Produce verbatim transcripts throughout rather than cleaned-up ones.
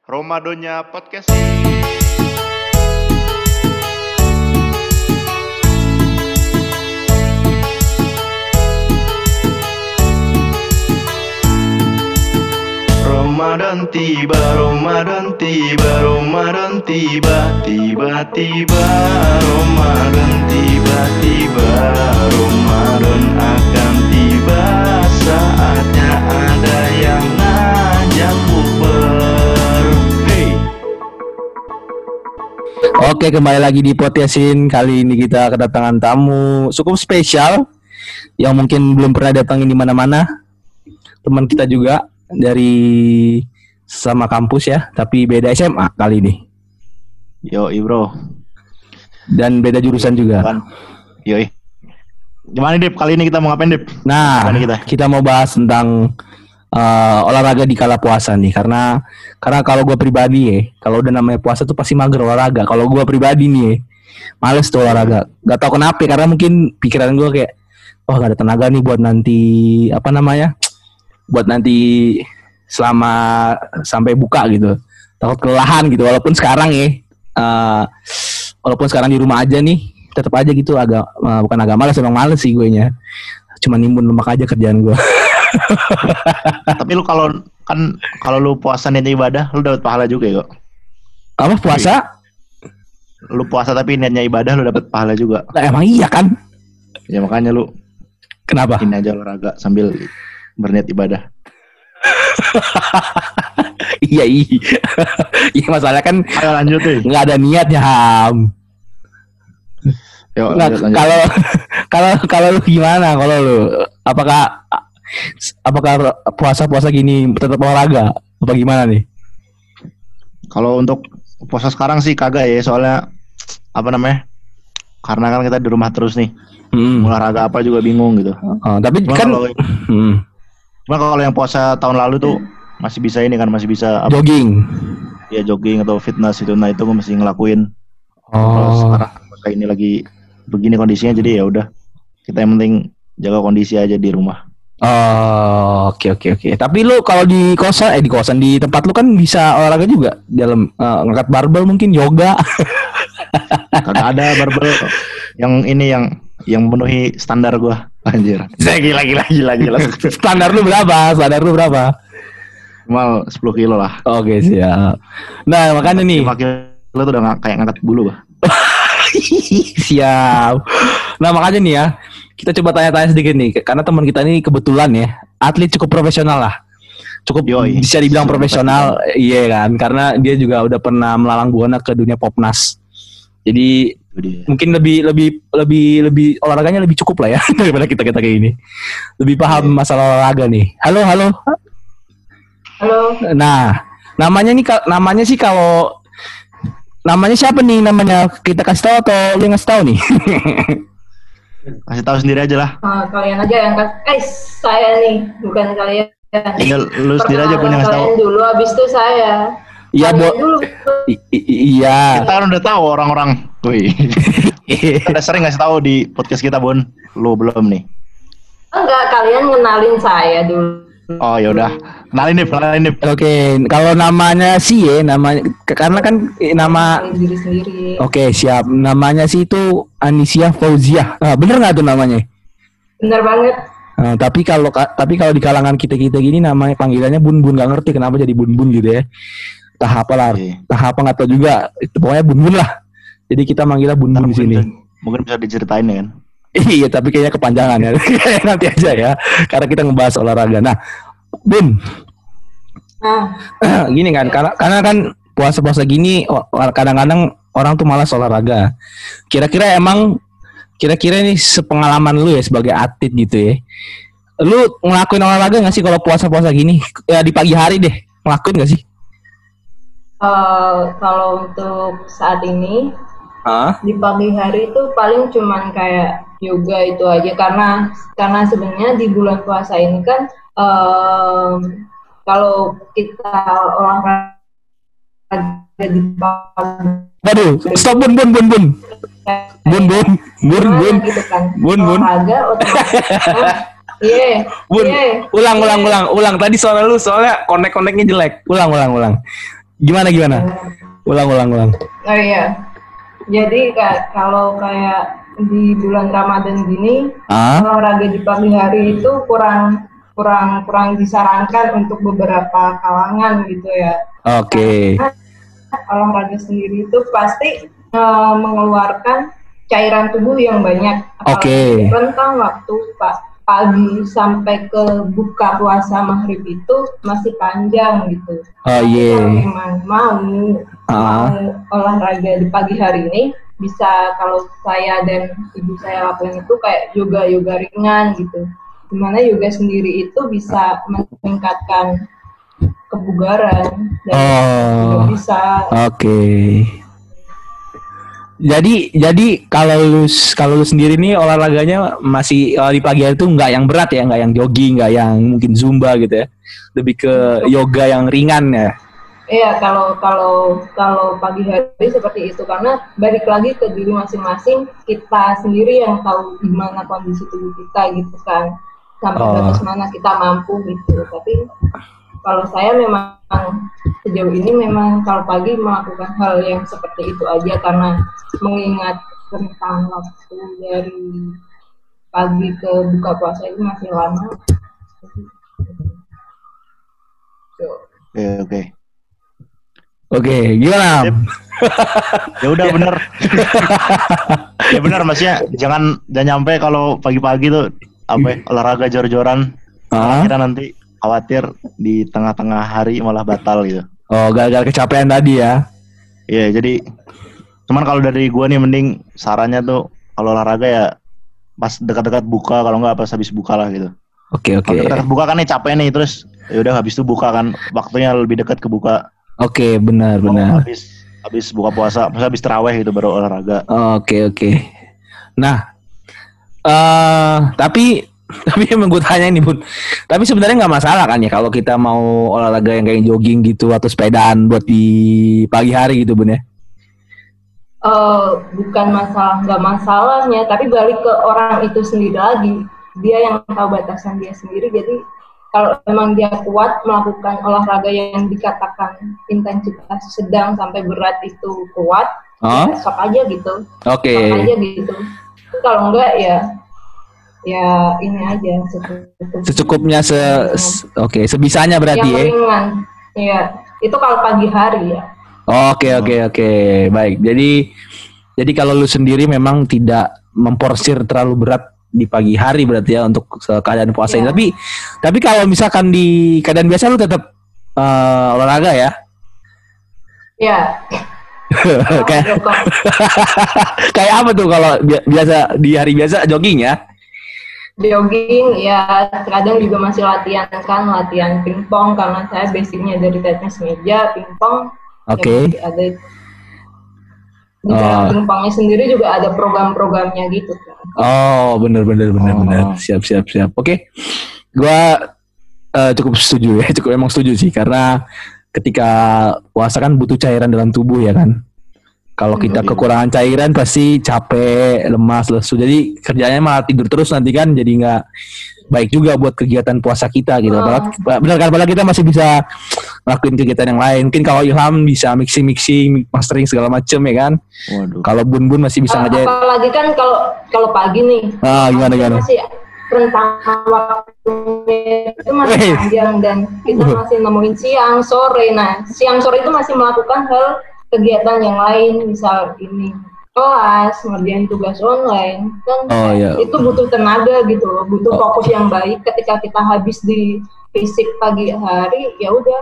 Ramadonya podcast. Ramadan tiba, Ramadan tiba, Ramadan tiba, tiba-tiba Ramadan tiba-tiba Ramadan akan tiba, saatnya ada yang ngajak bukber. Hey. Oke, kembali lagi di Potyasin. Kali ini kita kedatangan tamu cukup spesial yang mungkin belum pernah datangin di mana-mana. Teman kita juga dari sama kampus ya, tapi beda S M A kali ini. Yoi bro. Dan beda jurusan juga. Yoi. Gimana Dip? Kali ini kita mau ngapain Dip? Nah, kita? kita mau bahas tentang uh, olahraga di kala puasa nih. Karena karena kalau gue pribadi ya, kalau udah namanya puasa tuh pasti mager olahraga. Kalau gue pribadi nih, ya, males tuh olahraga. Gak tau kenapa, karena mungkin pikiran gue kayak, oh gak ada tenaga nih buat nanti apa namanya? buat nanti selama sampai buka gitu, takut kelelahan gitu. Walaupun sekarang ya uh, walaupun sekarang di rumah aja nih, tetap aja gitu agak uh, bukan agak malas, emang males sih gue nya, cuma nimbun lemak aja kerjaan gue. Tapi lu kalau kan kalau lu puasa niat ibadah, lu dapat pahala juga ya kok. Apa puasa? Lu puasa tapi niatnya ibadah, lu dapat pahala juga. Nah, emang iya kan? Ya makanya lu kenapa? Ini aja olahraga sambil berniat ibadah. Iya iya. Iya masalah kan. Ayo lanjut deh. Nggak ada niatnya Ham. Yuk, nah, lanjut, lanjut. Kalau kalau kalau lu gimana? Kalau lu apakah apakah puasa-puasa gini tetap olahraga? Apa gimana nih? Kalau untuk puasa sekarang sih kagak ya, soalnya apa namanya? Karena kan kita di rumah terus nih. Hmm. Olahraga apa juga bingung gitu. Oh, tapi cuma kan kalau, hmm. cuma kalau yang puasa tahun lalu tuh masih bisa ini kan, masih bisa apa, jogging. Ya jogging atau fitness itu, nah itu gue masih ngelakuin. Oh. Kalau sekarang kayak ini lagi begini kondisinya, jadi ya udah kita yang penting jaga kondisi aja di rumah. Oh, oke oke oke. Tapi lu kalau di kosan eh di kosan di tempat lu kan bisa olahraga juga dalam uh, ngangkat barbel, mungkin yoga. Kagak ada barbel yang ini yang yang memenuhi standar gua, anjir. Gila gila gila gila. Standar lu berapa? Standar lu berapa? Mal sepuluh kilo lah. Oke, siap. Nah, makanya nih. lima kilo tuh udah ng- kayak ngangkat bulu, bah. Siap. Nah, makanya nih ya, kita coba tanya-tanya sedikit nih, karena teman kita ini kebetulan ya, atlet cukup profesional lah. Cukup Yoi. bisa dibilang Sudah profesional, iya kan? Karena dia juga udah pernah melalang buana ke dunia popnas. Jadi mungkin lebih lebih lebih lebih olahraganya lebih cukup lah ya daripada kita kita kayak ini. Lebih paham yeah. masalah olahraga nih. Halo halo. Halo. Nah, namanya nih namanya sih kalau namanya siapa nih namanya? Kita kasih tahu atau lu ngasih tahu nih? Kasih tahu sendiri aja lah. Uh, kalian aja yang kasih. Eh, saya nih, bukan kalian. Ya, lu sendiri aja punya ngasih tahu. Kalian dulu, abis itu saya. Iya, Bo. I- i- iya. Kita kan udah tahu orang-orang. Wih. Udah sering ngasih tahu di podcast kita, Bon. Lu belum nih? Enggak, kalian ngenalin saya dulu. Oh, ya udah. Kenalin nih, kenalin nih. Oke, okay. Kalau namanya sih ya, namanya karena kan nama diri sendiri. Oke, okay, siap. Namanya sih itu Anisia Fauzia. Ah, bener nggak tuh namanya? Bener banget. Nah, tapi kalau tapi kalau di kalangan kita-kita gini namanya panggilannya Bun Bun, nggak ngerti kenapa jadi Bun Bun gitu ya. Entah apa lah, entah apa nggak tahu juga. Itu pokoknya Bun Bun lah. Jadi kita manggilnya Bun Bun di sini. Mungkin bisa diceritain ya kan? Iya, tapi kayaknya kepanjangan ya. Nanti aja ya, karena kita ngebahas olahraga. Nah, Bun. Nah, gini kan, karena karena kan puasa-puasa gini kadang-kadang orang tuh malas olahraga. Kira-kira emang kira-kira ini sepengalaman lu ya sebagai atlet gitu ya. Lu ngelakuin olahraga nggak sih kalau puasa-puasa gini? Ya di pagi hari deh, ngelakuin nggak sih? Uh, kalau untuk saat ini, Hah? di pagi hari itu paling cuman kayak yoga itu aja, karena karena sebenarnya di bulan puasa ini kan um, kalau kita olahraga di pagi. Waduh, stop bun bun bun bun. Bun bun bun bun gitu kan. bun bun. Olahraga otomatis. Iya. Bun, yeah. ulang ulang ulang ulang. Tadi suara lu soalnya konek-koneknya jelek. Ulang ulang ulang. Gimana gimana? Ulang ulang ulang. Oh iya. Jadi kayak kalau kayak di bulan Ramadan gini, Ah? olahraga di pagi hari itu kurang kurang kurang disarankan untuk beberapa kalangan gitu ya. Oke. Karena olahraga sendiri itu pasti uh, mengeluarkan cairan tubuh yang banyak. Oke. Rentang waktu pak pagi sampai ke buka puasa maghrib itu masih panjang gitu. Oh iya. Yang memang mau Ah. mau olahraga di pagi hari ini bisa, kalau saya dan ibu saya lakuin itu kayak yoga yoga ringan gitu. Dimana yoga sendiri itu bisa meningkatkan kebugaran dan Oh. juga bisa. Oke. Okay. Jadi jadi kalau lu kalau lu sendiri nih olahraganya masih uh, di pagi hari itu nggak yang berat ya, nggak yang jogging, nggak yang mungkin zumba gitu ya, lebih ke yoga yang ringan ya. Iya, kalau kalau kalau pagi hari seperti itu, karena balik lagi ke diri masing-masing, kita sendiri yang tahu gimana kondisi tubuh kita gitu kan, sampai Oh. batas mana kita mampu gitu. Tapi kalau saya memang sejauh ini memang kalau pagi melakukan hal yang seperti itu aja, karena mengingat rentang waktu dari pagi ke buka puasa itu masih lama. Oke oke. Oke, gimana? Ya udah bener. Ya benar, maksudnya jangan jangan nyampe kalau pagi-pagi tuh apa ya, olahraga jor-joran, Ah? akhirnya nanti khawatir di tengah-tengah hari malah batal gitu. Oh, gara-gara kecapean tadi ya. Iya, jadi cuman kalau dari gua nih mending sarannya tuh kalau olahraga ya pas dekat-dekat buka, kalau nggak pas habis buka lah gitu. Oke, oke. Kalau dekat-dekat buka kan nih capek nih, terus ya udah habis itu buka kan, waktunya lebih dekat ke buka. Oke, benar Kalau benar. habis habis buka puasa, maksudnya habis terawih gitu baru olahraga. Oke, oke. Nah, eh tapi tapi emang gue tanya nih Bun, tapi sebenarnya nggak masalah kan ya kalau kita mau olahraga yang kayak jogging gitu atau sepedaan buat di pagi hari gitu Bun ya? Uh, bukan masalah nggak masalahnya, tapi balik ke orang itu sendiri lagi, dia yang tahu batasan dia sendiri. Jadi kalau memang dia kuat melakukan olahraga yang dikatakan intensitas sedang sampai berat itu kuat, Huh? ya sok aja gitu, Oke. sok aja gitu. Kalau enggak ya ya ini aja secukupnya. Secukupnya se, se oke, sebisanya berarti yang ya. ringan. Iya, itu kalau pagi hari ya. Oke, oke, oke. Baik. Jadi jadi kalau lu sendiri memang tidak memporsir terlalu berat di pagi hari berarti ya untuk keadaan puasa ini. Ya. Tapi tapi kalau misalkan di keadaan biasa lu tetap uh, olahraga ya? Ya. kayak kayak apa tuh kalau bi- biasa di hari biasa jogging ya? Jogging ya, kadang juga masih latihan kan, latihan pingpong karena saya basicnya dari tenis meja, pingpong. Oke. Ya, ada di dalam Oh. pingpongnya sendiri juga ada program-programnya gitu kan. Oh, benar benar benar Oh. benar. Siap siap siap. Oke. Gua uh, cukup setuju ya, cukup emang setuju sih karena ketika puasa kan butuh cairan dalam tubuh ya kan. Kalau kita Hmm. kekurangan cairan pasti capek, lemas, lesu. Jadi kerjanya malah tidur terus nanti kan, jadi nggak baik juga buat kegiatan puasa kita gitu. Apalagi, benar kan, apalagi kita masih bisa ngelakuin kegiatan yang lain. Mungkin kalau Ilham bisa mixing-mixing, mastering segala macem ya kan. Waduh. Kalau Bun-Bun masih bisa Uh, ngajak. apalagi kan kalau kalau pagi nih. Ah, gimana gimana? Masih rentang waktunya itu masih Weh. panjang dan kita masih nemuin siang, sore. Nah, siang sore itu masih melakukan hal kegiatan yang lain, misal ini kelas, ngerjain tugas online, kan Oh, iya. itu butuh tenaga gitu loh, butuh Oh. fokus yang baik. Ketika kita habis di fisik pagi hari, ya udah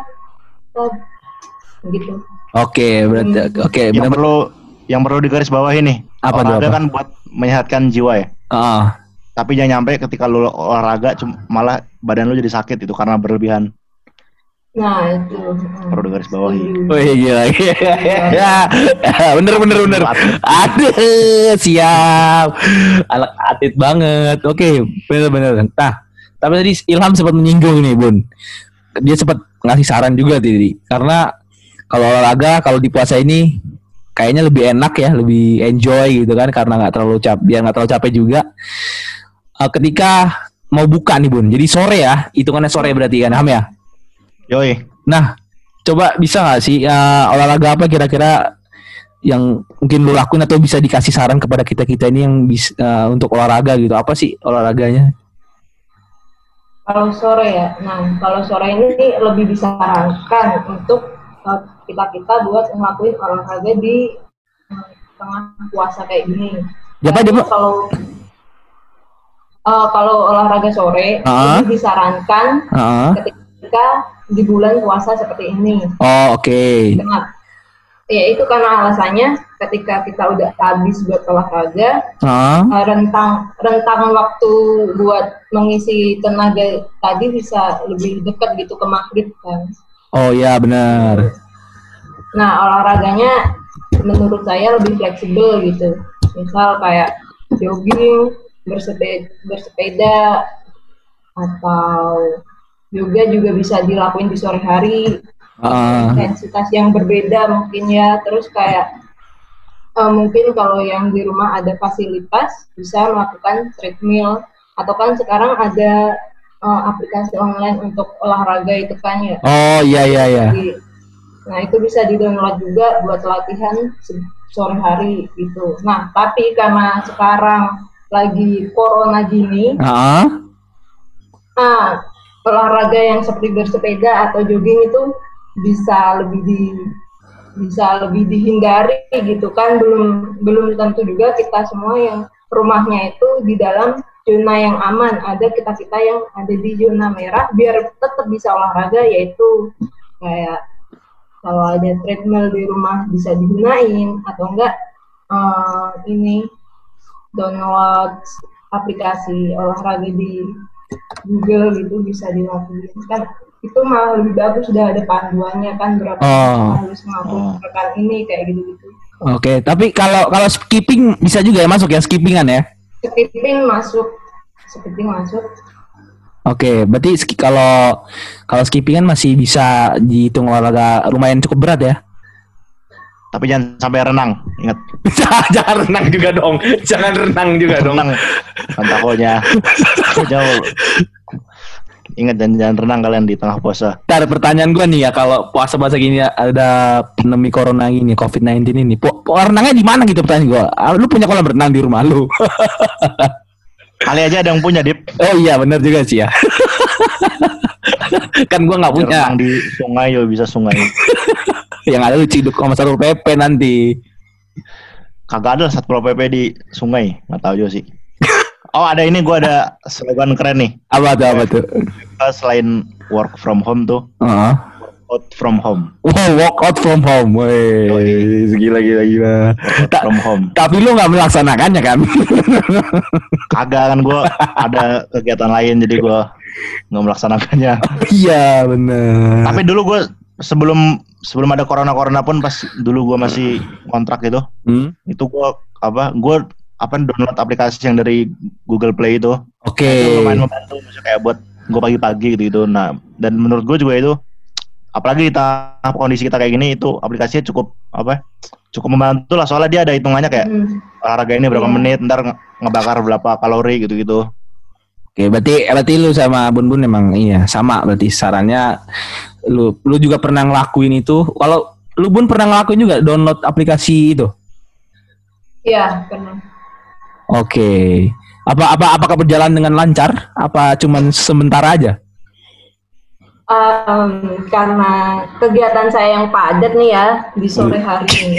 gitu. Oke, berarti oke, Yang benar. perlu yang perlu digarisbawahi nih, Apa tuh, olahraga apa? kan buat menyehatkan jiwa ya. Ah, Tapi jangan nyampe ketika lu olahraga cum- malah badan lu jadi sakit itu karena berlebihan. Nah itu hmm, Perlu digarisbawahi. setuju. wih gila, ya, bener bener bener. Aduh, siap, anak atlet banget. Oke, bener bener. Nah, tapi tadi Ilham sempat menyinggung nih Bun. Dia sempat ngasih saran juga tadi, karena kalau olahraga kalau di puasa ini kayaknya lebih enak ya, lebih enjoy gitu kan, karena nggak terlalu capek, biar nggak terlalu capek juga. Uh, ketika mau buka nih Bun, jadi sore ya, hitungannya sore berarti kan Ham ya. Yoi. Nah, coba bisa nggak sih uh, olahraga apa kira-kira yang mungkin lu lakuin atau bisa dikasih saran kepada kita kita ini yang bisa uh, untuk olahraga gitu, apa sih olahraganya? Kalau sore ya, nah kalau sore ini lebih disarankan untuk uh, kita-kita buat ngelakuin olahraga di uh, tengah puasa kayak gini. Siapa dia, Kalau uh, kalau olahraga sore uh-huh. lebih disarankan uh-huh. ketika di bulan puasa seperti ini. Oh oke. Okay. Ya itu karena alasannya ketika kita udah habis buat olahraga, uh. rentang rentang waktu buat mengisi tenaga tadi bisa lebih dekat gitu ke maghrib kan. Oh iya benar. Nah olahraganya menurut saya lebih fleksibel gitu. Misal kayak jogging, bersepeda, bersepeda atau yoga juga bisa dilakuin di sore hari. Uh. Intensitas yang berbeda mungkin ya. Terus kayak uh, mungkin kalau yang di rumah ada fasilitas bisa melakukan treadmill atau kan sekarang ada uh, aplikasi online untuk olahraga itu kan ya. Oh iya iya iya. Jadi, nah itu bisa di-download juga buat latihan sore hari gitu. Nah tapi karena sekarang lagi corona gini, uh. nah olahraga yang seperti bersepeda atau jogging itu bisa lebih di bisa lebih dihindari gitu kan, belum belum tentu juga kita semua yang rumahnya itu di dalam zona yang aman, ada kita kita yang ada di zona merah biar tetap bisa olahraga, yaitu kayak kalau ada treadmill di rumah bisa digunain atau enggak uh, ini download aplikasi olahraga di Google gitu bisa dilakuin kan. Itu malah lebih bagus, sudah ada panduannya kan berapa oh. harus melakukan rekan ini kayak gitu-gitu. Oke, okay. Tapi kalau kalau skipping bisa juga ya masuk ya, skippingan ya? Skipping masuk, skipping masuk. Oke, okay. Berarti kalau kalau skippingan masih bisa dihitung olahraga lumayan cukup berat ya? Tapi jangan sampai renang, ingat. Jangan renang juga dong, jangan renang juga dong. Renang, kan takutnya jauh. Ingat jangan, jangan renang kalian di tengah puasa. Ntar pertanyaan gue nih ya, kalau puasa-puasa gini ada pandemi corona gini, covid sembilan belas ini, po, po renangnya di mana gitu pertanyaan gue. Lu punya kolam renang di rumah lu? Kali aja ada yang punya, Dip. Oh iya benar juga sih ya. Kan gue nggak punya. Renang di sungai, yo bisa sungai. Yang ada lu ciduk sama Satpol P P nanti. Kagak ada Satpol P P di sungai, nggak tahu juga sih. Oh ada ini, gue ada slogan keren nih. Apa tuh, apa tuh? Selain work from home tuh, uh-huh. out from home. Oh, walk out from home. Wih, gila gila gila. Ta- from home. Tapi lu nggak melaksanakannya kan? Kagak kan, gue ada kegiatan lain jadi gue nggak melaksanakannya. Iya benar. Tapi dulu gue sebelum sebelum ada corona corona pun pas dulu gue masih kontrak gitu, hmm? itu gue apa gue apa download aplikasi yang dari Google Play itu. Oke. Okay. Itu lumayan membantu, misalnya kayak buat gue pagi-pagi gitu gitu. Nah dan menurut gue juga itu, apalagi kita kondisi kita kayak gini, itu aplikasinya cukup apa? Cukup membantu lah, soalnya dia ada hitungannya kayak hmm. olahraga ini berapa yeah. menit, ntar nge- ngebakar berapa kalori gitu-gitu. Oke, berarti berarti lu sama Bun Bun emang iya sama, berarti sarannya lu lu juga pernah ngelakuin itu. Kalau lu Bun pernah ngelakuin juga download aplikasi itu? Iya, pernah. Oke. Apa apa apakah berjalan dengan lancar? Apa cuman sementara aja? Um, karena kegiatan saya yang padat nih ya di sore hari ini.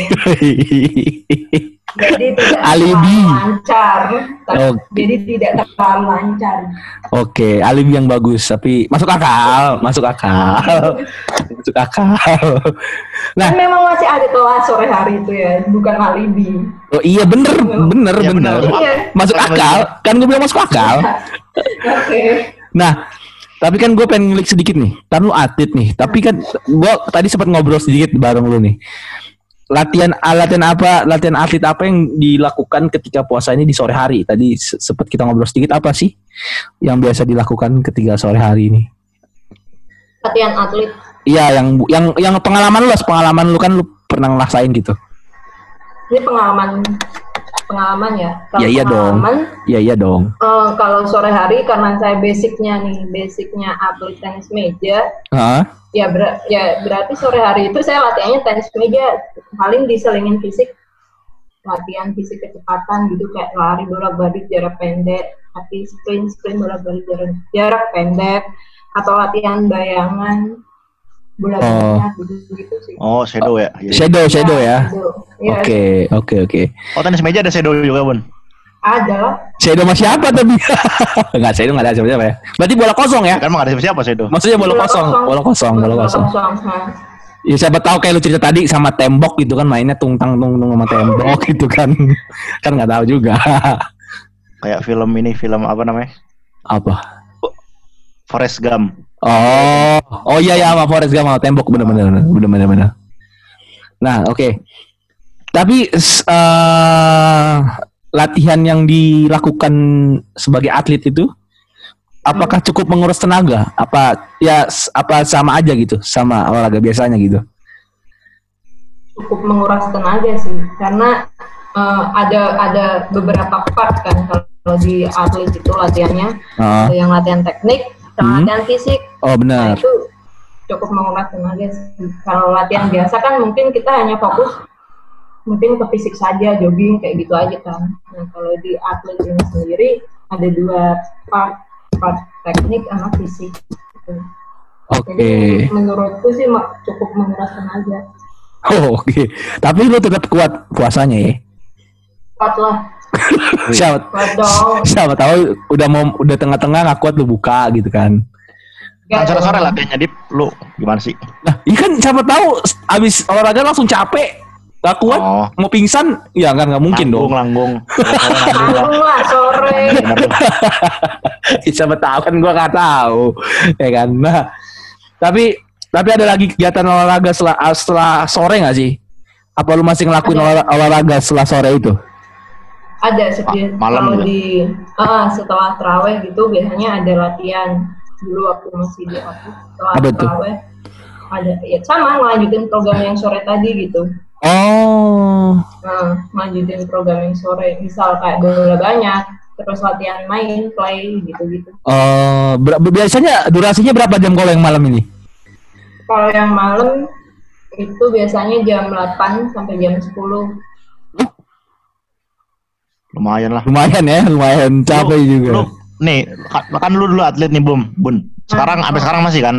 Jadi tidak alibi lancar. Okay. Jadi tidak terlalu lancar. Oke, okay, alibi yang bagus, tapi masuk akal, masuk akal, masuk akal. Nah, kan memang masih ada kelas sore hari itu ya, bukan alibi. Oh iya bener, bener, ya, bener. bener. Iya. Masuk akal, kan gue bilang masuk akal. Oke. Okay. Nah, tapi kan gue pengen ngulik sedikit nih. Kan lu atlet nih, tapi kan gue tadi sempat ngobrol sedikit bareng lu nih. Latihan latihan apa, latihan atlet apa yang dilakukan ketika puasa ini di sore hari? Tadi sempat kita ngobrol sedikit, apa sih yang biasa dilakukan ketika sore hari ini? Latihan atlet. Iya, yang yang yang pengalaman lu, pengalaman lu kan lu pernah ngerasain gitu. Ini pengalaman pengalaman ya. Kalau ya iya dong. Iya iya dong. Uh, kalau sore hari karena saya basicnya nih, basicnya atlet tenis meja. Uh-huh. ya ber, ya berarti sore hari itu saya latihannya tenis meja, paling diselingin fisik, latihan fisik kecepatan gitu kayak lari bolak-balik jarak pendek, tapi sprint sprint bolak-balik jarak jarak pendek, atau latihan bayangan bolak-balik Oh. gitu sih. Oh, shadow ya. Iya. Shadow, shadow ya. Ya, Oke, oke, oke. Oh, tenis meja ada shadow juga, Bun. ada lah. Shadow sama siapa tapi? Enggak, shadow enggak ada siapa-siapa ya. Berarti bola kosong ya? Kan mah ada siapa shadow. Maksudnya bola kosong, bola kosong, bola kosong. Nah. Ya siapa tahu kayak lu cerita tadi sama tembok gitu kan, mainnya tungtang tungtung sama tembok gitu kan. Kan nggak tahu juga. Kayak film ini, film apa namanya? Apa? Forrest Gump. Oh, oh iya ya sama Forrest Gump sama tembok bener-bener, bener-bener bener. Nah, oke. Okay. Tapi uh, latihan yang dilakukan sebagai atlet itu apakah cukup menguras tenaga? Apa ya apa sama aja gitu sama olahraga biasanya gitu? Cukup menguras tenaga sih, karena uh, ada ada beberapa part kan kalau di atlet itu latihannya, Uh, ada yang latihan teknik, sama Hmm. latihan fisik. oh Nah benar. itu cukup menguras tenaga sih. Kalau latihan biasa kan mungkin kita hanya fokus mungkin ke fisik saja, jogging kayak gitu aja kan. Nah kalau di atlet ini sendiri ada dua part, part teknik sama fisik. Gitu. Oke. Jadi menurutku sih mak- cukup menguras tenaga. Oh, oke. Tapi lu tetap kuat puasanya ya. Kuat lah, Siapa kuat dong. siapa tahu udah mau udah tengah-tengah nggak kuat lu buka gitu kan. Kan Gak sore-sore dong. latihannya Dip, lu gimana sih? Nah, iya kan siapa tahu abis olahraga langsung capek, nggak kuat, Oh. mau pingsan, ya kan nggak mungkin Nanggung, dong. langgung. Tanggung lah sore. Bener tuh. Siapa tahu kan gua nggak tahu, ya kan. Nah, tapi tapi ada lagi kegiatan olahraga setelah setelah sore nggak sih? Apa lu masih ngelakuin Ada. olah- olahraga setelah sore itu? Ada sih Ma- malam kalau gitu? di ah, setelah terawih gitu biasanya ada latihan dulu waktu masih di atlet setelah Apa tuh? terawih ada ya sama ngelanjutin program yang sore tadi gitu. Oh, Nah, lanjutin program yang sore, misal kayak bola banyak, terus latihan main, play, gitu-gitu. eh, ber- biasanya durasinya berapa jam kalau yang malam ini? Kalau yang malam, itu biasanya jam delapan sampai jam sepuluh. Lumayan lah. Lumayan ya, lumayan capek Lu- juga. Lu, nih, ka- kan lu dulu atlet nih, Bum. Bun. Sekarang sampai sekarang masih kan?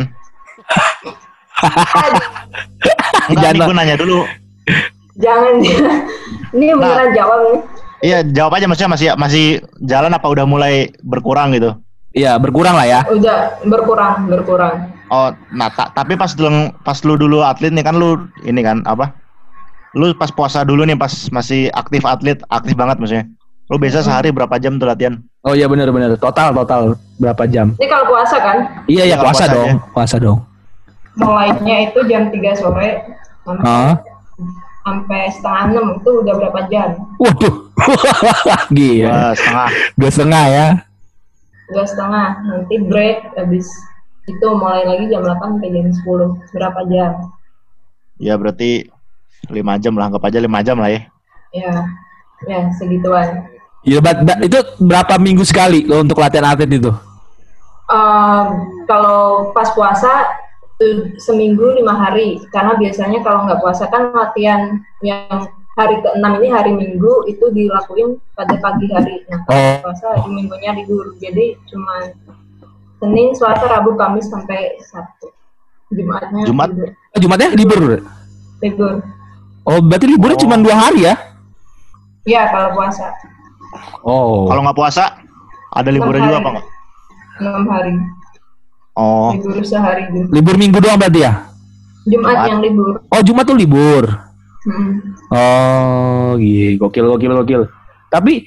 Enggak nih, Jangan. gue nanya dulu. Jangan, ini beneran jawab nih. Iya, jawab aja maksudnya masih masih jalan apa udah mulai berkurang gitu? Iya, berkurang lah ya. Udah berkurang, berkurang. Oh, nah ta- tapi pas dulu pas lu dulu atlet nih kan lu ini kan apa? Lu pas puasa dulu nih pas masih aktif atlet, aktif banget maksudnya. Lu biasa sehari berapa jam tuh latihan? Oh iya benar-benar. Total total berapa jam? Ini kalau puasa kan, Iya ya Iya, puasa puasa dong, aja. puasa dong. mulainya itu jam tiga sore, sampai, Hah? sampai setengah enam itu udah berapa jam? Waduh, gila. Dua setengah. Dua setengah ya. Dua setengah, nanti break, habis itu mulai lagi jam delapan sampai jam sepuluh, berapa jam? Ya berarti lima jam lah, anggap aja lima jam lah ya. Ya, ya segituan. Ya, ba- ba- itu berapa minggu sekali lo untuk latihan atlet itu? Um, kalau pas puasa itu seminggu lima hari, karena biasanya kalau nggak puasa kan latihan yang hari keenam ini hari Minggu itu dilakuin pada pagi hari. Nah kalau Oh. puasa hari Minggunya libur, jadi cuma Senin, Selasa, Rabu, Kamis sampai Sabtu. Jumatnya Jumat? libur. Oh, Jumatnya libur. libur. Oh berarti liburnya Oh. cuma dua hari ya? Ya kalau puasa Oh. Kalau nggak puasa ada liburnya Enam juga hari. apa nggak? enam hari, Oh, libur sehari gitu. Libur minggu doang berarti ya? Jumat Jumat. yang libur. Oh Jumat tuh libur. Hmm. Oh, iya, gokil, gokil, gokil. Tapi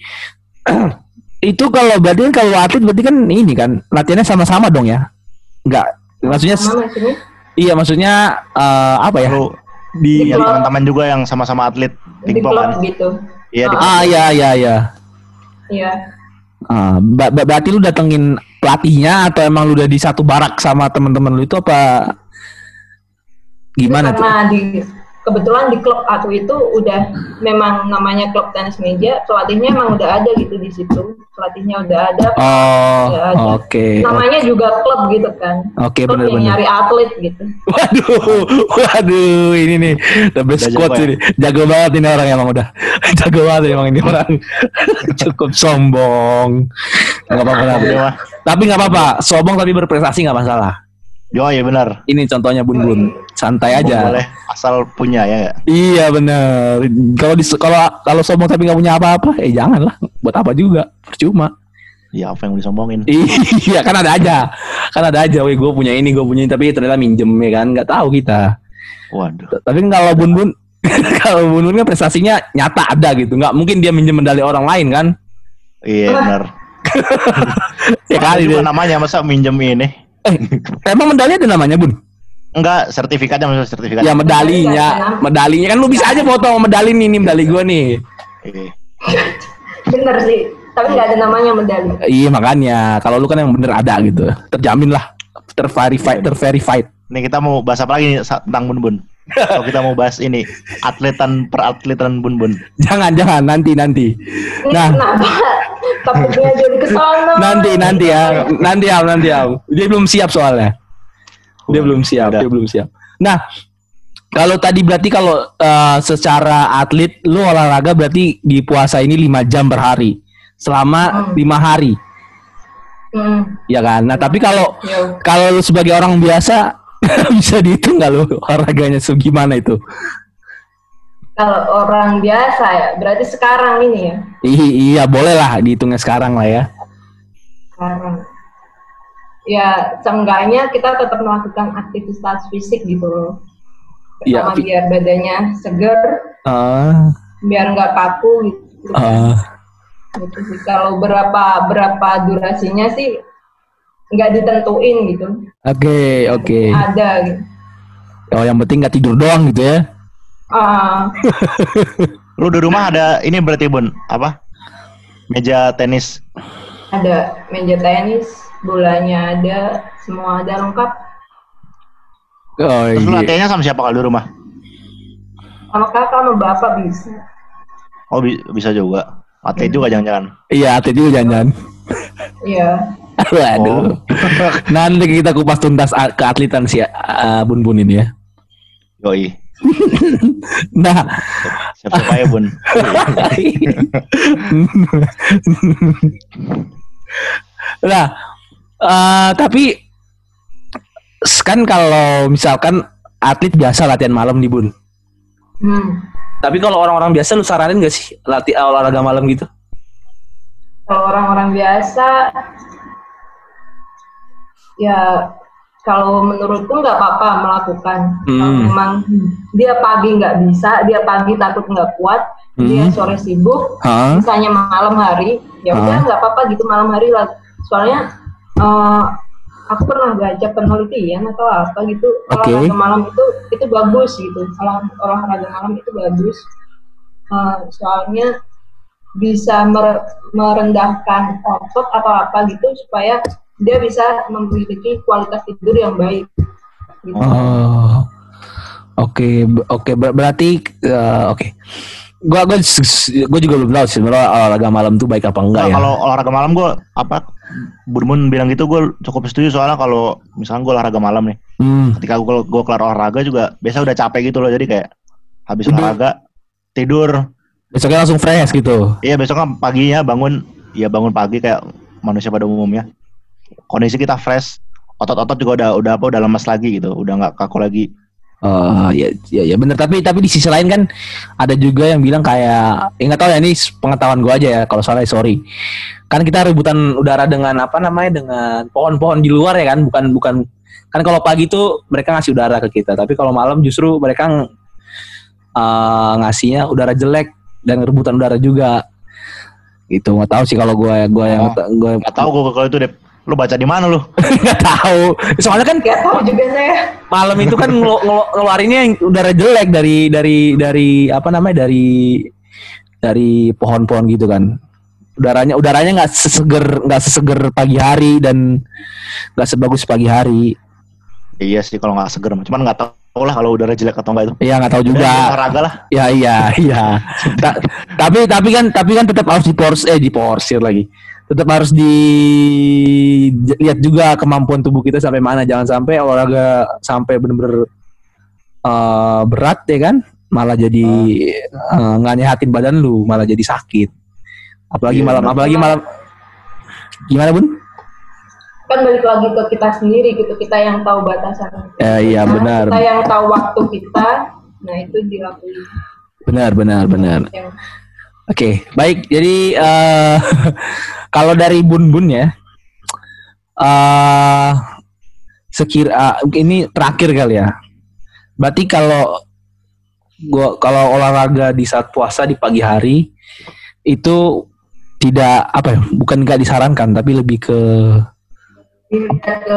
itu kalau berarti kan kalau atlet berarti kan ini kan latihannya sama-sama dong ya? Enggak, maksudnya Sama maksudnya? iya maksudnya eh, apa ya? lu Di ya klub. teman-teman juga yang sama-sama atlet Di pingpong klub kan? gitu. Iya, di Ah iya iya iya. Iya. Ah, ba- ba- berarti lu datengin pelatihnya atau emang lu udah di satu barak sama teman-teman lu itu apa gimana tuh? Karena di kebetulan di klub aku itu udah memang namanya klub tenis meja, pelatihnya emang udah ada gitu di situ, pelatihnya udah ada. Oh, oke. Okay. Namanya juga klub gitu kan. Oke, okay, benar yang nyari atlet gitu. Waduh, waduh, ini nih the best quote ini, jago banget ini orang emang udah, jago banget emang ini orang, cukup sombong, nggak apa-apa, tapi nggak apa-apa, sombong tapi berprestasi nggak masalah. Yo iya benar. Ini contohnya Bun Bun, santai aja. Boleh, asal punya ya gak? Iya benar. Kalau di kalau kalau sombong tapi nggak punya apa-apa, eh janganlah. Buat apa juga, percuma. Iya apa yang mau disombongin? Iya kan ada aja, kan ada aja. Weh gue punya ini, gue punya ini, tapi ternyata minjem ya kan, nggak tahu kita. Waduh. Tapi kalau Bun Bun, kalau Bun Bun kan prestasinya nyata ada gitu, nggak mungkin dia minjem medali orang lain kan? Iya benar. Ya kali dia namanya masa minjem ini. Eh, emang medalinya ada namanya Bun? Enggak, sertifikatnya maksudnya sertifikat. Ya medalinya, medalinya kan lu bisa aja foto sama medali nih, nih medali gua nih. Iya. Bener sih, tapi nggak ada namanya medali. Iya makanya, kalau lu kan yang bener ada gitu, terjamin lah, terverified, terverified. Nih kita mau bahas apa lagi nih tentang Bun Bun? Kalau kita mau bahas ini atletan per atletan Bun Bun. Jangan jangan nanti nanti. Nah, takutnya jadi kesana. Nanti nanti ya, nanti ya, nanti ya. Dia belum siap soalnya. Dia belum siap, dia belum siap. Nah, kalau tadi berarti kalau uh, secara atlet lu olahraga berarti di puasa ini lima jam per hari selama lima hmm. hari. Hmm. Ya kan? Nah, tapi kalau ya. Kalau lu sebagai orang biasa bisa dihitung nggak lu olahraganya segimana itu? Kalau orang biasa ya, berarti sekarang ini ya? I- iya, boleh lah dihitungnya sekarang lah ya. Sekarang. Ya, seenggaknya kita tetap melakukan aktivitas fisik gitu loh. Pertama ya, biar badannya seger, uh, biar nggak kaku gitu. Uh, gitu sih. Kalau berapa berapa durasinya sih nggak ditentuin gitu. Oke, okay, oke. Okay. Ada gitu. Oh, yang penting nggak tidur doang gitu ya? Ah. Lu di rumah ada ini berarti Bun, apa? Meja tenis. Ada meja tenis, bolanya ada, semua ada lengkap. Oh, terus lu latihannya sama siapa kalau di rumah? Sama kakak sama bapak bisa. Oh bi- bisa juga. Atlet hmm. juga jangan-jangan. Iya atlet juga jangan-jangan. Iya. Waduh. Oh. Nanti kita kupas tuntas keatletan si uh, Bun Bun ini ya. Yoi. Nah, siapa ya Bun? Nah, uh, tapi kan kalau misalkan atlet biasa latihan malam nih Bun. Hmm. Tapi kalau orang-orang biasa lu saranin gak sih latih olahraga malam gitu? Kalau orang-orang biasa, ya kalau menurutku nggak apa-apa melakukan. Hmm. Kalau memang dia pagi nggak bisa, dia pagi takut nggak kuat, hmm. dia sore sibuk, huh? misalnya malam hari, ya udah nggak huh? apa-apa gitu malam hari lah. Soalnya uh, aku pernah baca penelitian atau apa gitu, okay. olahraga malam itu itu bagus gitu. Olah, olahraga malam itu bagus, uh, soalnya bisa mer- merendahkan otot atau apa gitu supaya dia bisa memiliki kualitas tidur yang baik. Gitu. Oh, oke, okay. oke okay. Ber- berarti uh, oke. Okay. Gua gua gua juga belum tahu sih sebenarnya olahraga malam tuh baik apa enggak nah, ya. Kalau olahraga malam gua apa Bun bilang gitu gua cukup setuju soalnya kalau misalnya gua olahraga malam nih. Hmm. Ketika gua gua kelar olahraga juga biasa udah capek gitu loh jadi kayak habis Tidur. olahraga tidur besoknya langsung fresh gitu. Iya, besoknya paginya bangun ya bangun pagi kayak manusia pada umumnya. Kondisi kita fresh, otot-otot juga udah udah apa udah lemas lagi gitu, udah nggak kaku lagi. Oh uh, ya ya ya benar tapi tapi di sisi lain kan ada juga yang bilang kayak ya nggak tahu ya ini pengetahuan gue aja ya kalau salah sorry kan kita rebutan udara dengan apa namanya dengan pohon-pohon di luar ya kan bukan bukan kan kalau pagi tuh mereka ngasih udara ke kita tapi kalau malam justru mereka uh, ngasihnya udara jelek dan rebutan udara juga gitu nggak tahu sih kalau gue gue yang oh, gue nggak tahu gue kalau itu deh. Lu baca di mana lu? Nggak tahu. Soalnya kan nggak tahu juga saya. Malam itu kan ngelu- ngelu- ngeluarinnya yang udara jelek dari dari dari apa namanya dari dari pohon-pohon gitu kan. Udaranya udaranya nggak seseger nggak seseger pagi hari dan nggak sebagus pagi hari. Iya sih kalau nggak seger, cuman nggak tahu tahu lah kalau udara jelek atau enggak itu. Iya nggak tahu juga. Olahraga lah. Ya iya iya. Ta- tapi tapi kan tapi kan tetap harus dipors eh diporsir lagi. Tetap harus dilihat juga kemampuan tubuh kita sampai mana. Jangan sampai olahraga sampai benar-benar uh, berat ya kan, malah jadi uh, nggak nyehatin badan lu, malah jadi sakit. Apalagi Iya, malam, benar. apalagi malam. Gimana Bun? Kan balik lagi ke kita sendiri gitu, kita yang tahu batasan Eh, iya, kita, benar. kita yang tahu waktu kita, nah itu dilakuin. Benar benar benar. Yang- Oke, baik. Jadi eh kalau dari Bun Bun ya, eh sekira ini terakhir kali ya. Berarti kalau gua kalau olahraga di saat puasa di pagi hari itu tidak apa ya? Bukan nggak disarankan, tapi lebih ke dilihat ke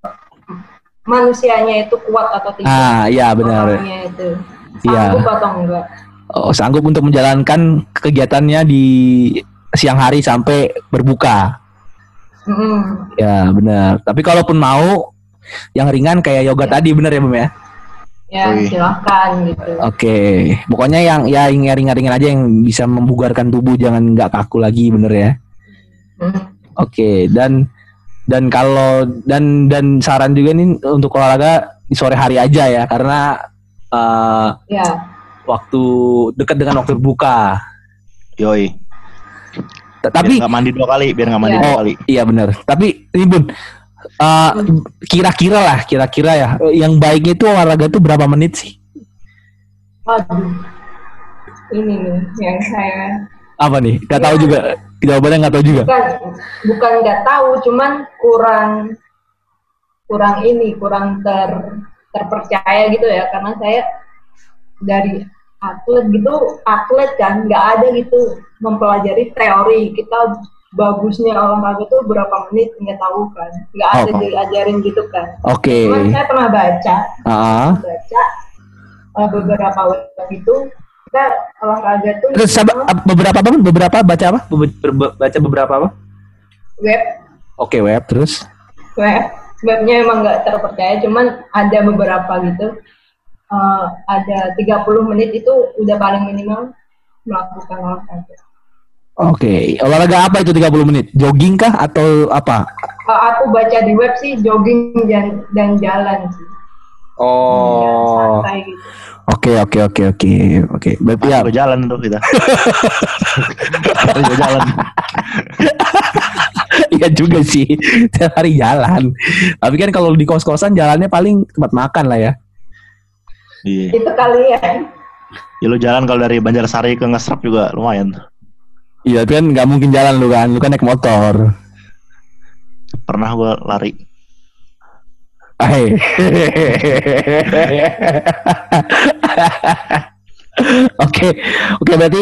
manusianya itu kuat atau tidak. ah ya benar. Orangnya itu Iya. sanggup atau enggak. Oh, sanggup untuk menjalankan kegiatannya di siang hari sampai berbuka. Mm-mm. Ya benar. Tapi kalaupun mau yang ringan kayak yoga tadi benar ya Bum ya. Ya Wih. silahkan gitu. Oke, pokoknya yang ya yang ringan-ringan aja yang bisa membugarkan tubuh, jangan nggak kaku lagi bener ya. Mm. Oke, dan dan kalau dan dan saran juga nih untuk olahraga di sore hari aja ya, karena uh, Ya. waktu dekat dengan waktu berbuka. Yoi. T- Biar Tapi nggak mandi dua kali, biar nggak mandi Iya. dua oh kali. iya benar. Tapi ini Bun, uh, kira-kira lah, kira-kira ya, yang baiknya itu olahraga itu berapa menit sih? Waduh. Ini nih yang saya Apa nih? Gak tahu Iya. juga. Jawabannya nggak tahu juga. bukan bukan nggak tahu, cuman kurang kurang ini kurang ter terpercaya gitu ya, karena saya dari atlet gitu, atlet kan nggak ada gitu mempelajari teori kita bagusnya olahraga tuh berapa menit, nggak tahu kan, nggak ada Oh. diajarin gitu kan. Oke. Cuman saya pernah baca Ah. baca uh, beberapa web itu kita olahraga tuh Terus sab- ap- beberapa apa? Beberapa baca apa? Be- be- baca beberapa apa? web Oke, web terus. web webnya emang nggak terpercaya, cuman ada beberapa gitu. Uh, ada tiga puluh menit itu udah paling minimal melakukan olahraga. Oke, olahraga apa itu tiga puluh menit? Jogging kah atau apa? Uh, aku baca di web sih jogging dan, dan jalan sih. Jalan Oh. santai gitu. Oke, oke, oke, oke. Oke, berarti ya. Harus jalan tuh kita. Harus jalan. Iya juga sih. Tiap hari jalan. Tapi kan kalau di kos-kosan jalannya paling tempat makan lah ya. Iya. Itu kalian. Ya lu jalan kalau dari Banjarsari ke Ngesrep juga lumayan tuh. Iya, tapi kan nggak mungkin jalan lu kan. Lu kan naik motor. Pernah gua lari. Hai. Oke, oke berarti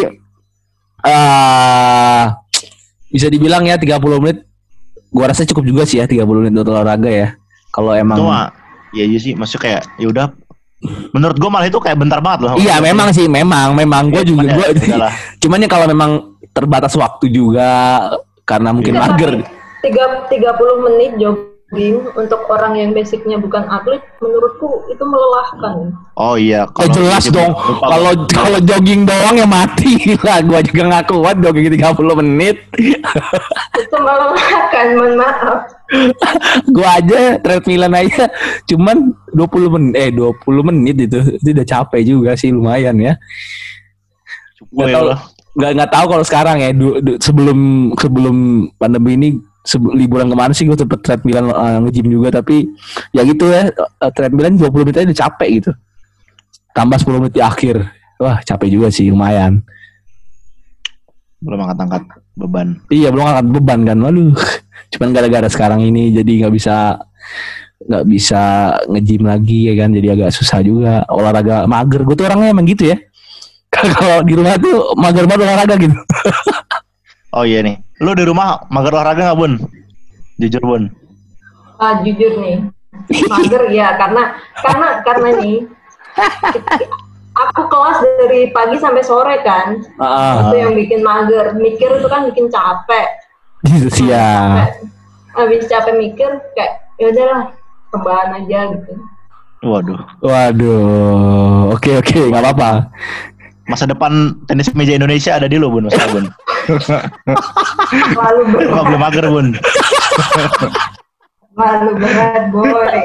eh bisa dibilang ya tiga puluh menit. Gua rasa cukup juga sih ya tiga puluh menit untuk olahraga ya. Kalau emang Itu mah ya iya sih, maksudnya kayak ya udah. Menurut gua malah itu kayak bentar banget loh. iya memang sih, memang memang gue Ya, juga cuman ya, gua udahlah. cuman ya kalau memang terbatas waktu juga karena mungkin Iya. mager. Tiga tiga puluh menit jogging untuk orang yang basicnya bukan atlet, menurutku itu melelahkan. Oh iya. Oh jelas dong. lupa Kalau gua. kalau jogging doang ya mati lah. Gua juga nggak kuat jogging tiga puluh menit. Itu melelahkan, mohon maaf. Gua aja treadmillan aja cuman dua puluh menit eh dua puluh menit itu. Itu udah capek juga sih, lumayan ya. Cukup Nggak ya tahu udah. nggak nggak tahu kalau sekarang ya du, du- sebelum sebelum pandemi ini sebe- liburan kemarin sih gue sempet treadmillan uh, nge-gym juga, tapi ya gitu ya, uh, treadmillan dua puluh menit aja udah capek gitu. Tambah sepuluh menit di akhir. Wah, capek juga sih, lumayan. Belum angkat-angkat beban. Iya, belum angkat beban kan. Waduh. Cuman gara-gara sekarang ini jadi nggak bisa nggak bisa nge-gym lagi ya kan, jadi agak susah juga. Olahraga mager. Gue tuh orangnya emang gitu ya. Kalau di rumah tuh mager banget olahraga gitu. Oh iya nih. Lu di rumah mager olahraga nggak Bun? Jujur Bun. Ah, jujur nih, mager ya, karena karena karena nih aku kelas dari pagi sampai sore kan, Ah, itu yang bikin mager. Mikir itu kan bikin capek. gitu sih ya. Capek. Habis capek mikir kayak ya udahlah rebahan aja gitu. Waduh. Waduh. Oke oke, nggak apa-apa. Masa depan tenis meja Indonesia ada di lo, Bun. Masa, Bun. Lalu Kok berat, belum mager, Bun? lalu berat boy.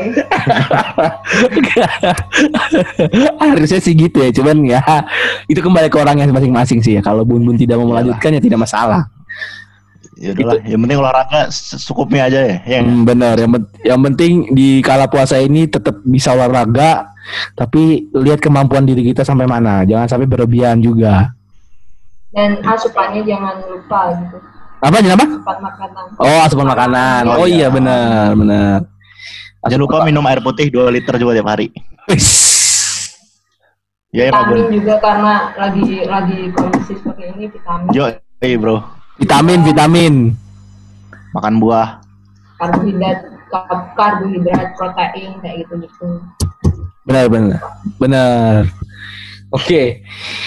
Harusnya sih gitu ya, cuman ya itu kembali ke orangnya masing-masing sih ya. Kalau Bun Bun tidak mau melanjutkan ya tidak masalah. Ya udahlah, yang penting olahraga secukupnya aja ya. Yang Hmm, benar. Yang, pen- yang penting di kala puasa ini tetap bisa olahraga, tapi lihat kemampuan diri kita sampai mana. Jangan sampai berlebihan juga. Dan asupannya jangan lupa gitu. Apa kenapa? Asupan makanan. Oh, asupan makanan. Oh, Oh, iya iya. benar, benar. jangan lupa minum air putih dua liter juga tiap hari. Wis. Ya, ya Pak Bun. Vitamin juga karena lagi lagi kondisi seperti ini vitamin, Yo, hey bro. Vitamin, vitamin. Makan buah. karbohidrat, kar- karbohidrat, protein kayak gitu gitu. Benar, benar. Benar. Oke.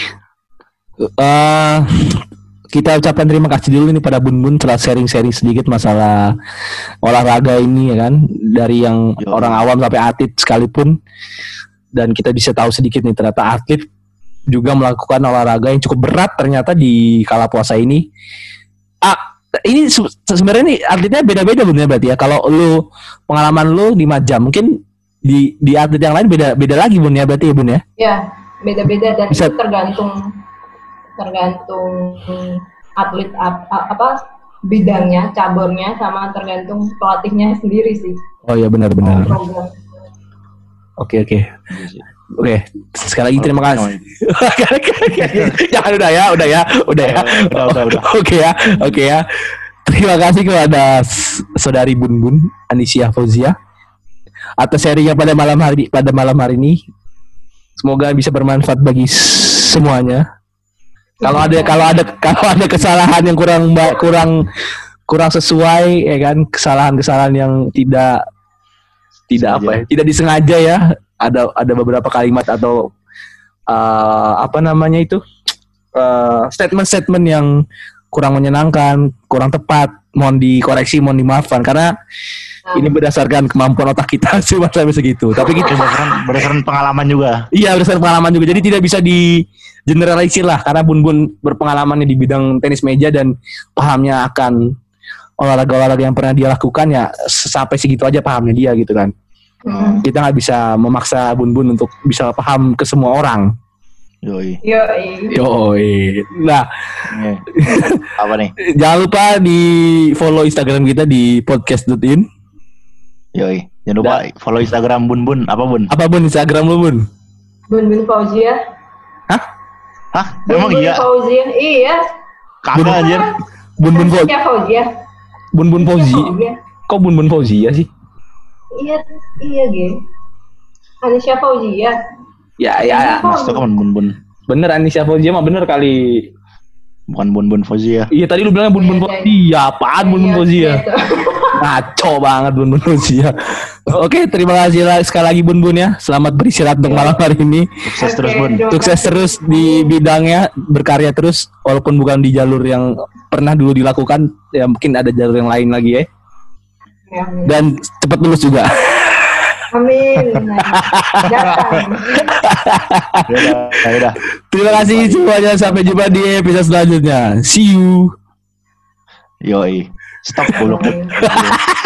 Eh, kita ucapkan terima kasih dulu nih pada Bun Bun telah sharing-sharing sedikit masalah olahraga ini ya kan, dari yang Yo. orang awam sampai atlet sekalipun, dan kita bisa tahu sedikit nih ternyata atlet juga melakukan olahraga yang cukup berat ternyata di kala puasa ini. Ah, ini se- sebenarnya nih atletnya beda-beda Bun ya berarti ya. Kalau lu pengalaman lu lima jam, mungkin di di atlet yang lain beda beda lagi Bun ya berarti ya Bun ya. Ya, beda-beda dan Bisa- itu tergantung tergantung atlet ap- a- apa bidangnya, cabangnya, sama tergantung pelatihnya sendiri sih. Oh iya benar-benar. Program. Oke oke. Oke, sekali lagi terima kasih. Jangan udah ya, udah ya, udah ya. Udah, udah, udah. Oke ya, oke ya. Terima kasih kepada s- saudari Bun Bun Anisia Fauzia atas sharingnya pada malam hari pada malam hari ini. Semoga bisa bermanfaat bagi s- semuanya. Kalau ada kalau ada kalau ada kesalahan yang kurang ba- kurang kurang sesuai ya kan, kesalahan-kesalahan yang tidak tidak apa ya, tidak disengaja ya. Ada ada beberapa kalimat atau uh, apa namanya itu uh, statement-statement yang kurang menyenangkan, kurang tepat, mohon dikoreksi, mohon dimaafkan karena ini berdasarkan kemampuan otak kita cuma sampai segitu. Tapi kita Berdasarkan, berdasarkan pengalaman juga. iya berdasarkan pengalaman juga, jadi tidak bisa di generalisir lah karena Bun Bun berpengalaman di bidang tenis meja dan pahamnya akan olahraga-olahraga yang pernah dia lakukan ya sampai segitu aja pahamnya dia gitu kan. Hmm. Kita nggak bisa memaksa Bun Bun untuk bisa paham ke semua orang. Yoi. Yoi. Yoi. Nah, Nih. Apa nih? jangan lupa di follow Instagram kita di podcast dot in. Yoi. Jangan lupa follow Instagram Bun Bun. Apa Bun? Apa Bun Instagram lu Bun? Bun Bun Fauzia. Hah? Bun Emang Bun iya? Fauzia. Iya. Kagak anjir. Bun Bun Fauzi. Fauzia Fauzia. Bun Bun Fauzi. Fauzia. Kok Bun Bun Fauzi ya sih? Iya, iya Ge. Anisha Fauzia. Ya ya. Mas itu kan Bun Bun. Bener Anissa Fauzia mah bener kali. Bukan Bun Bun Fauzia. Iya tadi lu bilang Bun Bun Iya, Fauzia. Apaan Bun Bun Iya, Fauzia? iya, itu. Ngaco banget Bun Bun Fauzia. Oke, terima kasih lah sekali lagi Bun Bun ya. Selamat beristirahat untuk malam hari ini. Sukses terus Oke, Bun. terima Sukses kasih. terus di bidangnya, berkarya terus walaupun bukan di jalur yang pernah dulu dilakukan, ya mungkin ada jalur yang lain lagi ya. Ya, amin. Dan cepat lulus juga. Amin. Nah, datang. Yaudah, yaudah. Terima kasih semuanya, sampai jumpa di episode selanjutnya. See you. Yoi. Stop goblok. Amin.